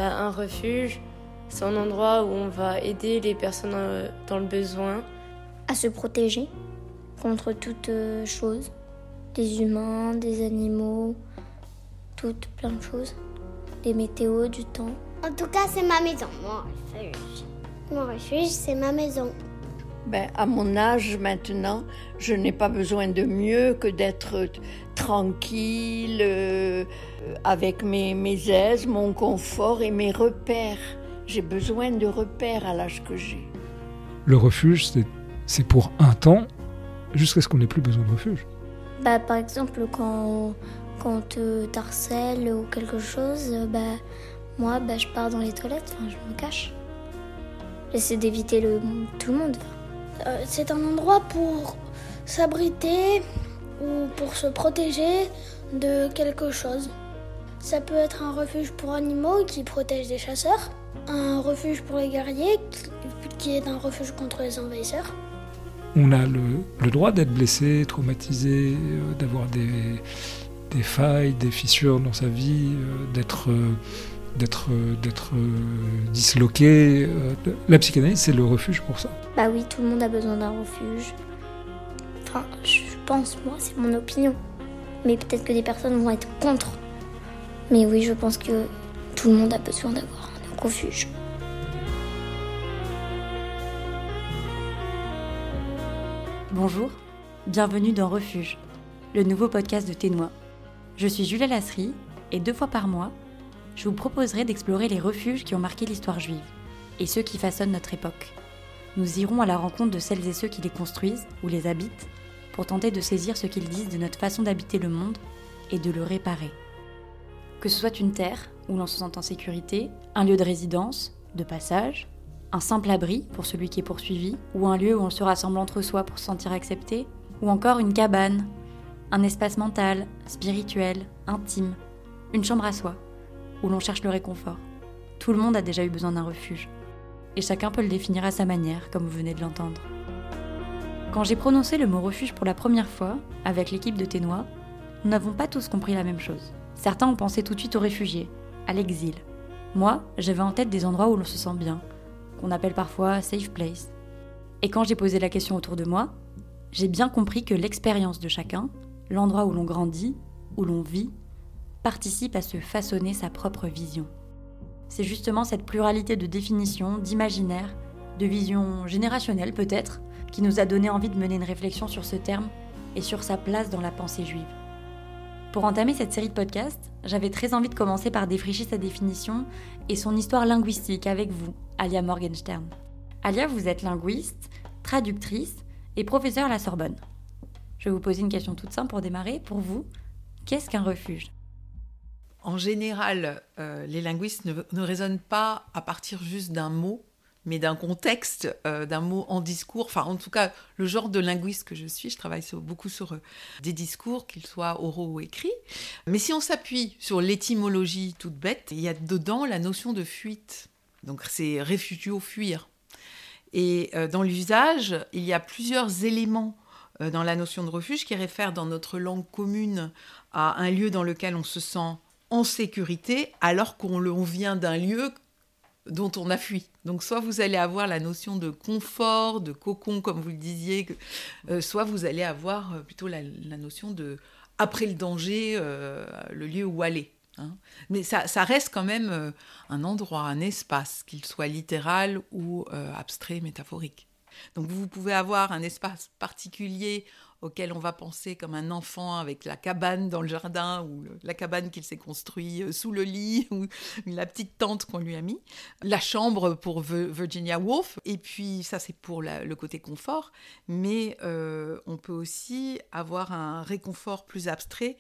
Un refuge, c'est un endroit où on va aider les personnes dans le besoin. À se protéger contre toute chose, des humains, des animaux, plein de choses, des météos, du temps. En tout cas, c'est ma maison, mon refuge. Mon refuge, c'est ma maison. À mon âge maintenant, je n'ai pas besoin de mieux que d'être tranquille, avec mes aises, mon confort et mes repères. J'ai besoin de repères à l'âge que j'ai. Le refuge, c'est pour un temps, jusqu'à ce qu'on n'ait plus besoin de refuge. Par exemple, quand on te harcèle ou quelque chose, moi, je pars dans les toilettes, je me cache. J'essaie d'éviter tout le monde. C'est un endroit pour s'abriter ou pour se protéger de quelque chose. Ça peut être un refuge pour animaux qui protège des chasseurs, un refuge pour les guerriers qui est un refuge contre les envahisseurs. On a le droit d'être blessé, traumatisé, d'avoir des failles, des fissures dans sa vie, d'être disloqué. La psychanalyse, c'est le refuge pour ça. Oui, tout le monde a besoin d'un refuge. Je pense, moi, c'est mon opinion. Mais peut-être que des personnes vont être contre. Mais oui, je pense que tout le monde a besoin d'avoir un refuge. Bonjour, bienvenue dans Refuge, le nouveau podcast de Ténois. Je suis Julia Lasserie et 2 fois par mois, je vous proposerai d'explorer les refuges qui ont marqué l'histoire juive et ceux qui façonnent notre époque. Nous irons à la rencontre de celles et ceux qui les construisent ou les habitent pour tenter de saisir ce qu'ils disent de notre façon d'habiter le monde et de le réparer. Que ce soit une terre où l'on se sent en sécurité, un lieu de résidence, de passage, un simple abri pour celui qui est poursuivi, ou un lieu où on se rassemble entre soi pour se sentir accepté, ou encore une cabane, un espace mental, spirituel, intime, une chambre à soi, où l'on cherche le réconfort. Tout le monde a déjà eu besoin d'un refuge. Et chacun peut le définir à sa manière, comme vous venez de l'entendre. Quand j'ai prononcé le mot refuge pour la première fois, avec l'équipe de Ténois, nous n'avons pas tous compris la même chose. Certains ont pensé tout de suite aux réfugiés, à l'exil. Moi, j'avais en tête des endroits où l'on se sent bien, qu'on appelle parfois safe place. Et quand j'ai posé la question autour de moi, j'ai bien compris que l'expérience de chacun, l'endroit où l'on grandit, où l'on vit, participe à se façonner sa propre vision. C'est justement cette pluralité de définitions, d'imaginaires, de visions générationnelles peut-être, qui nous a donné envie de mener une réflexion sur ce terme et sur sa place dans la pensée juive. Pour entamer cette série de podcasts, j'avais très envie de commencer par défricher sa définition et son histoire linguistique avec vous, Alia Morgenstern. Alia, vous êtes linguiste, traductrice et professeure à la Sorbonne. Je vais vous poser une question toute simple pour démarrer. Pour vous, qu'est-ce qu'un refuge ? En général, les linguistes ne raisonnent pas à partir juste d'un mot, mais d'un contexte, d'un mot en discours. Enfin, en tout cas, le genre de linguiste que je suis, je travaille beaucoup sur des discours, qu'ils soient oraux ou écrits. Mais si on s'appuie sur l'étymologie toute bête, il y a dedans la notion de fuite. Donc, c'est réfugio, fuir. Et dans l'usage, il y a plusieurs éléments dans la notion de refuge qui réfèrent dans notre langue commune à un lieu dans lequel on se sent en sécurité, alors qu'on vient d'un lieu dont on a fui. Donc soit vous allez avoir la notion de confort, de cocon, comme vous le disiez, soit vous allez avoir plutôt la notion de, après le danger, le lieu où aller. Hein. Mais ça reste quand même un endroit, un espace, qu'il soit littéral ou abstrait, métaphorique. Donc vous pouvez avoir un espace particulier auquel on va penser comme un enfant avec la cabane dans le jardin ou la cabane qu'il s'est construite sous le lit ou la petite tente qu'on lui a mis, la chambre pour Virginia Woolf, et puis ça c'est pour le côté confort, mais on peut aussi avoir un réconfort plus abstrait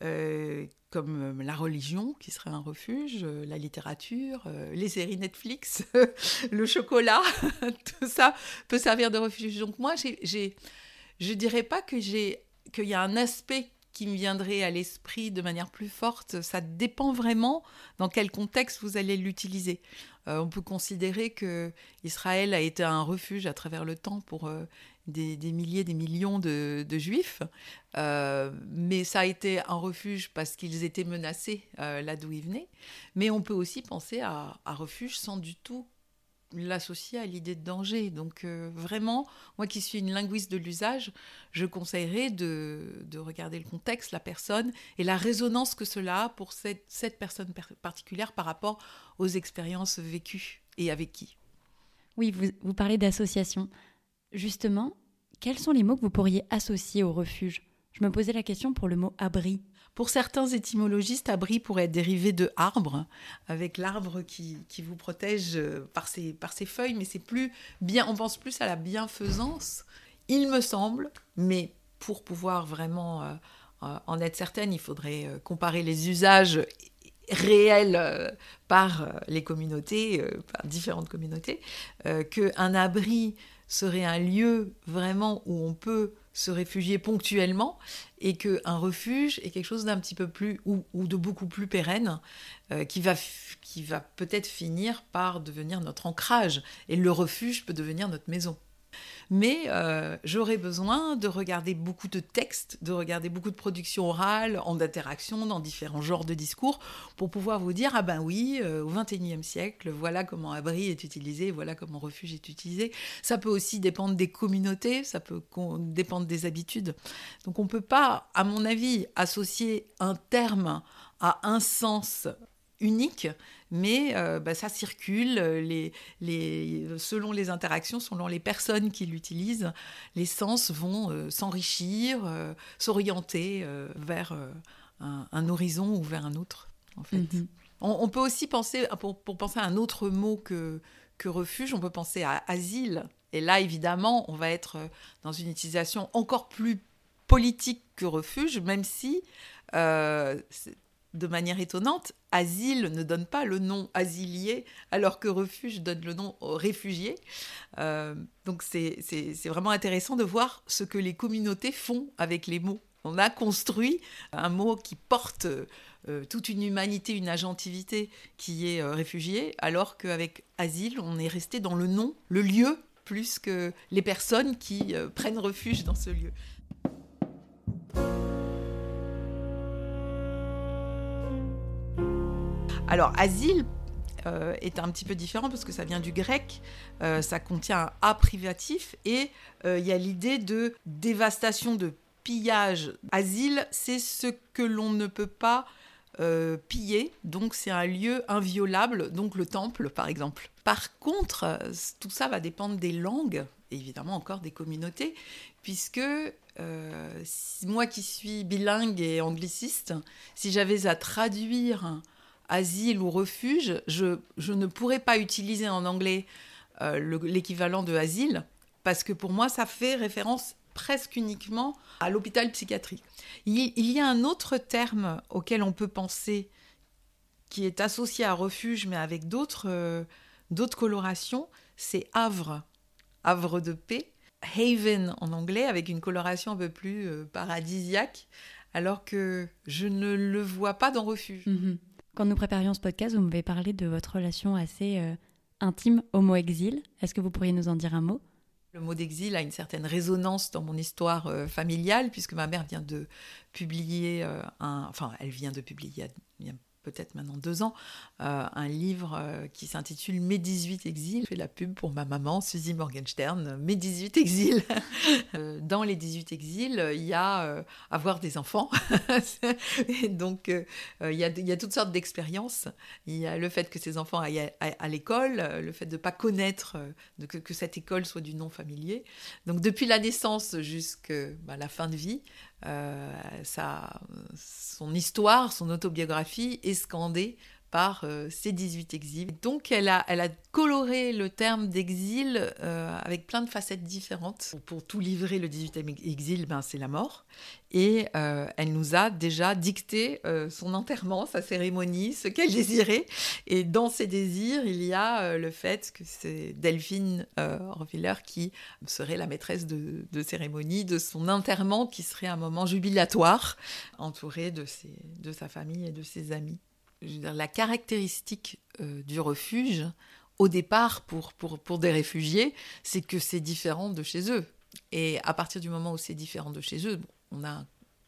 comme la religion qui serait un refuge, la littérature, les séries Netflix, le chocolat, tout ça peut servir de refuge. Donc moi je dirais pas qu'il y a un aspect qui me viendrait à l'esprit de manière plus forte. Ça dépend vraiment dans quel contexte vous allez l'utiliser. On peut considérer que Israël a été un refuge à travers le temps pour des milliers, des millions de Juifs. Mais ça a été un refuge parce qu'ils étaient menacés là d'où ils venaient. Mais on peut aussi penser à refuge sans du tout l'associer à l'idée de danger. Donc vraiment, moi qui suis une linguiste de l'usage, je conseillerais de regarder le contexte, la personne et la résonance que cela a pour cette personne particulière par rapport aux expériences vécues et avec qui. Oui, vous parlez d'association. Justement, quels sont les mots que vous pourriez associer au refuge ? Je me posais la question pour le mot abri. Pour certains étymologistes, abri pourrait être dérivé de arbre, avec l'arbre qui vous protège par ses feuilles, mais c'est plus bien, on pense plus à la bienfaisance, il me semble, mais pour pouvoir vraiment en être certaine, il faudrait comparer les usages réels par les communautés, par différentes communautés, qu'un abri serait un lieu vraiment où on peut se réfugier ponctuellement et qu'un refuge est quelque chose d'un petit peu plus ou de beaucoup plus pérenne qui va peut-être finir par devenir notre ancrage et le refuge peut devenir notre maison. Mais j'aurais besoin de regarder beaucoup de textes, de regarder beaucoup de productions orales, en interaction, dans différents genres de discours, pour pouvoir vous dire, ah ben oui, au XXIe siècle, voilà comment abri est utilisé, voilà comment refuge est utilisé. Ça peut aussi dépendre des communautés, ça peut dépendre des habitudes. Donc on ne peut pas, à mon avis, associer un terme à un sens unique, mais ça circule selon les interactions, selon les personnes qui l'utilisent, les sens vont s'enrichir, s'orienter vers un horizon ou vers un autre, en fait. Mm-hmm. On peut aussi penser, pour penser à un autre mot que refuge, on peut penser à asile, et là évidemment on va être dans une utilisation encore plus politique que refuge, même si de manière étonnante, asile ne donne pas le nom asilier, alors que refuge donne le nom réfugié. Donc c'est vraiment intéressant de voir ce que les communautés font avec les mots. On a construit un mot qui porte toute une humanité, une agentivité qui est réfugié, alors qu'avec asile, on est resté dans le nom, le lieu, plus que les personnes qui prennent refuge dans ce lieu. Alors, asile est un petit peu différent parce que ça vient du grec, ça contient un A privatif et il y a l'idée de dévastation, de pillage. Asile, c'est ce que l'on ne peut pas piller, donc c'est un lieu inviolable, donc le temple par exemple. Par contre, tout ça va dépendre des langues, et évidemment encore des communautés, puisque moi qui suis bilingue et angliciste, si j'avais à traduire asile ou refuge, je ne pourrais pas utiliser en anglais l'équivalent de asile, parce que pour moi, ça fait référence presque uniquement à l'hôpital psychiatrique. Il y a un autre terme auquel on peut penser, qui est associé à refuge, mais avec d'autres colorations, c'est havre, havre de paix, haven en anglais, avec une coloration un peu plus paradisiaque, alors que je ne le vois pas dans refuge. Mm-hmm. Quand nous préparions ce podcast, vous m'avez parlé de votre relation assez intime au mot exil. Est-ce que vous pourriez nous en dire un mot ? Le mot d'exil a une certaine résonance dans mon histoire familiale, puisque ma mère vient de publier elle vient de publier il y a peut-être maintenant 2 ans, un livre qui s'intitule « Mes 18 exils ». Je fais la pub pour ma maman, Suzy Morgenstern, « Mes 18 exils ». Dans les 18 exils, il y a avoir des enfants. Et donc, il y a toutes sortes d'expériences. Il y a le fait que ces enfants aillent à l'école, le fait de ne pas connaître, que cette école soit du nom familier. Donc, depuis la naissance jusqu'à la fin de vie, son histoire, son autobiographie est scandée par ces 18 exils. Donc elle a coloré le terme d'exil avec plein de facettes différentes. Pour tout livrer, le 18e exil, c'est la mort. Et elle nous a déjà dicté son enterrement, sa cérémonie, ce qu'elle désirait. Et dans ses désirs, il y a le fait que c'est Delphine Orviller qui serait la maîtresse de cérémonie de son enterrement, qui serait un moment jubilatoire, entourée de sa famille et de ses amis. Je veux dire, la caractéristique du refuge, au départ, pour des réfugiés, c'est que c'est différent de chez eux. Et à partir du moment où c'est différent de chez eux, on a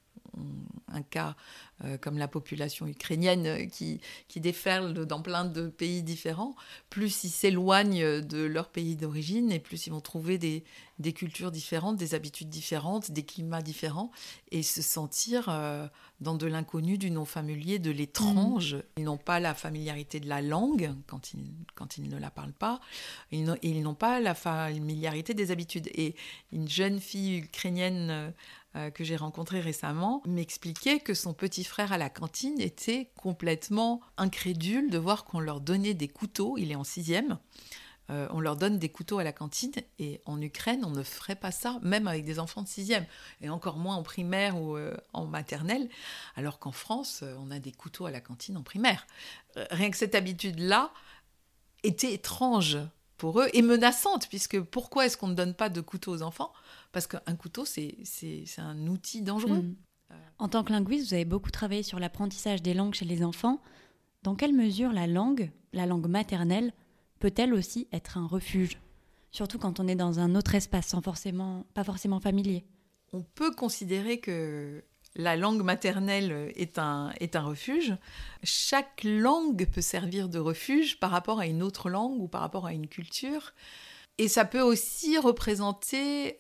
un cas comme la population ukrainienne qui déferle dans plein de pays différents, plus ils s'éloignent de leur pays d'origine et plus ils vont trouver des cultures différentes, des habitudes différentes, des climats différents et se sentir dans de l'inconnu, du non familier, de l'étrange. Ils n'ont pas la familiarité de la langue quand ils ne la parlent pas. Ils n'ont pas la familiarité des habitudes. Et une jeune fille ukrainienne que j'ai rencontrée récemment m'expliquait que son petit frère à la cantine était complètement incrédule de voir qu'on leur donnait des couteaux. Il est en 6e. On leur donne des couteaux à la cantine et en Ukraine, on ne ferait pas ça, même avec des enfants de 6e, et encore moins en primaire ou en maternelle, alors qu'en France, on a des couteaux à la cantine en primaire. Rien que cette habitude-là était étrange pour eux et menaçante, puisque pourquoi est-ce qu'on ne donne pas de couteau aux enfants ? Parce qu'un couteau, c'est un outil dangereux. En tant que linguiste, vous avez beaucoup travaillé sur l'apprentissage des langues chez les enfants. Dans quelle mesure la langue maternelle, peut-elle aussi être un refuge ? Surtout quand on est dans un autre espace, pas forcément familier. On peut considérer que la langue maternelle est un refuge. Chaque langue peut servir de refuge par rapport à une autre langue ou par rapport à une culture. Et ça peut aussi représenter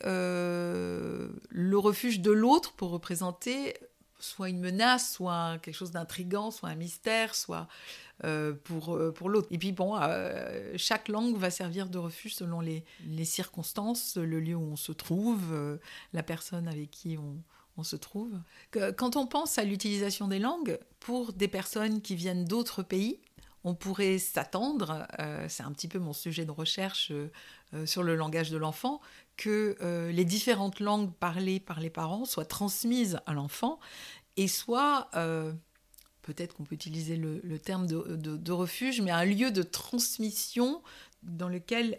le refuge de l'autre pour représenter soit une menace, soit quelque chose d'intriguant, soit un mystère, soit pour l'autre. Et puis chaque langue va servir de refuge selon les circonstances, le lieu où on se trouve, la personne avec qui on se trouve. Quand on pense à l'utilisation des langues, pour des personnes qui viennent d'autres pays, on pourrait s'attendre, c'est un petit peu mon sujet de recherche sur le langage de l'enfant, que les différentes langues parlées par les parents soient transmises à l'enfant et soient, peut-être qu'on peut utiliser le terme de refuge, mais un lieu de transmission dans lequel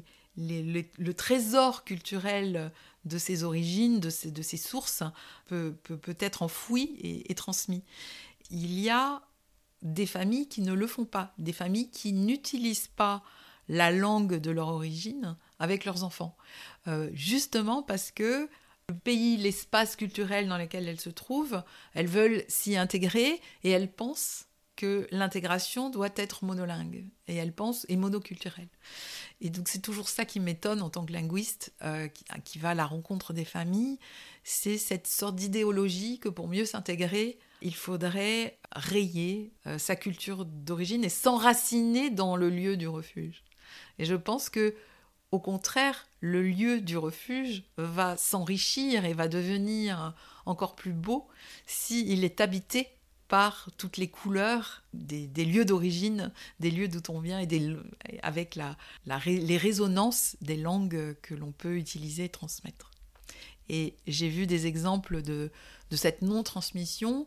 le trésor culturel de ses origines, de ses sources, peut être enfoui et transmis. Il y a des familles qui ne le font pas, des familles qui n'utilisent pas la langue de leur origine avec leurs enfants. Justement parce que le pays, l'espace culturel dans lequel elles se trouvent, elles veulent s'y intégrer et elles pensent que l'intégration doit être monolingue et monoculturelle. Et donc c'est toujours ça qui m'étonne en tant que linguiste qui va à la rencontre des familles, c'est cette sorte d'idéologie que pour mieux s'intégrer, il faudrait rayer sa culture d'origine et s'enraciner dans le lieu du refuge. Et je pense que, au contraire, le lieu du refuge va s'enrichir et va devenir encore plus beau s'il est habité par toutes les couleurs des lieux d'origine, des lieux d'où on vient et avec les résonances des langues que l'on peut utiliser et transmettre. Et j'ai vu des exemples de cette non-transmission,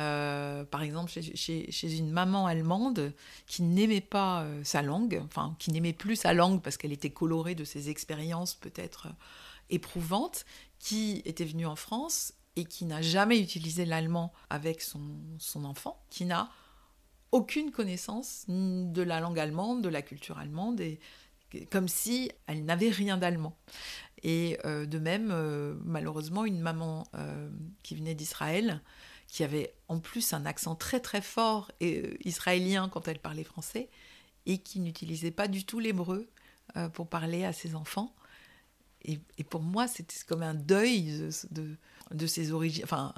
par exemple chez une maman allemande qui n'aimait pas sa langue, enfin qui n'aimait plus sa langue parce qu'elle était colorée de ses expériences peut-être éprouvantes, qui était venue en France et qui n'a jamais utilisé l'allemand avec son enfant, qui n'a aucune connaissance de la langue allemande, de la culture allemande, et comme si elle n'avait rien d'allemand. Et de même, malheureusement, une maman qui venait d'Israël, qui avait en plus un accent très très fort israélien quand elle parlait français, et qui n'utilisait pas du tout l'hébreu pour parler à ses enfants. Et pour moi, c'était comme un deuil de ses origines, enfin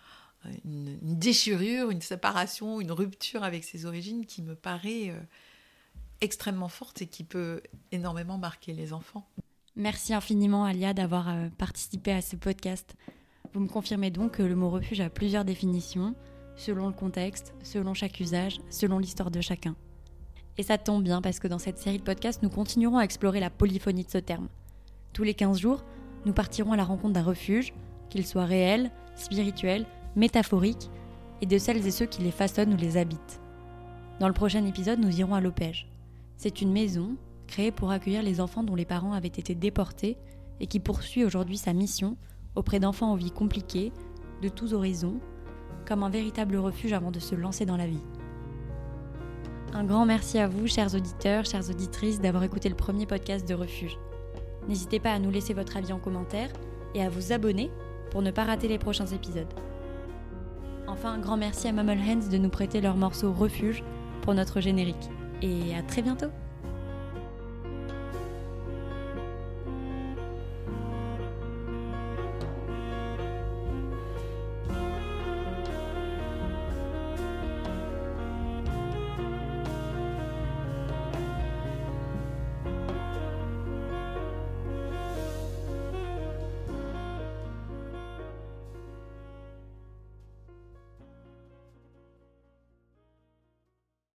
une déchirure, une séparation, une rupture avec ses origines qui me paraît extrêmement forte et qui peut énormément marquer les enfants. Merci infiniment Alia d'avoir participé à ce podcast. Vous me confirmez donc que le mot refuge a plusieurs définitions, selon le contexte, selon chaque usage, selon l'histoire de chacun. Et ça tombe bien parce que dans cette série de podcasts, nous continuerons à explorer la polyphonie de ce terme. Tous les 15 jours, nous partirons à la rencontre d'un refuge, qu'il soit réel, spirituel, métaphorique, et de celles et ceux qui les façonnent ou les habitent. Dans le prochain épisode, nous irons à Lopège. C'est une maison créée pour accueillir les enfants dont les parents avaient été déportés et qui poursuit aujourd'hui sa mission auprès d'enfants aux vies compliquées, de tous horizons, comme un véritable refuge avant de se lancer dans la vie. Un grand merci à vous, chers auditeurs, chères auditrices, d'avoir écouté le premier podcast de Refuge. N'hésitez pas à nous laisser votre avis en commentaire et à vous abonner pour ne pas rater les prochains épisodes. Enfin, un grand merci à Mammal Hands de nous prêter leur morceau Refuge pour notre générique. Et à très bientôt!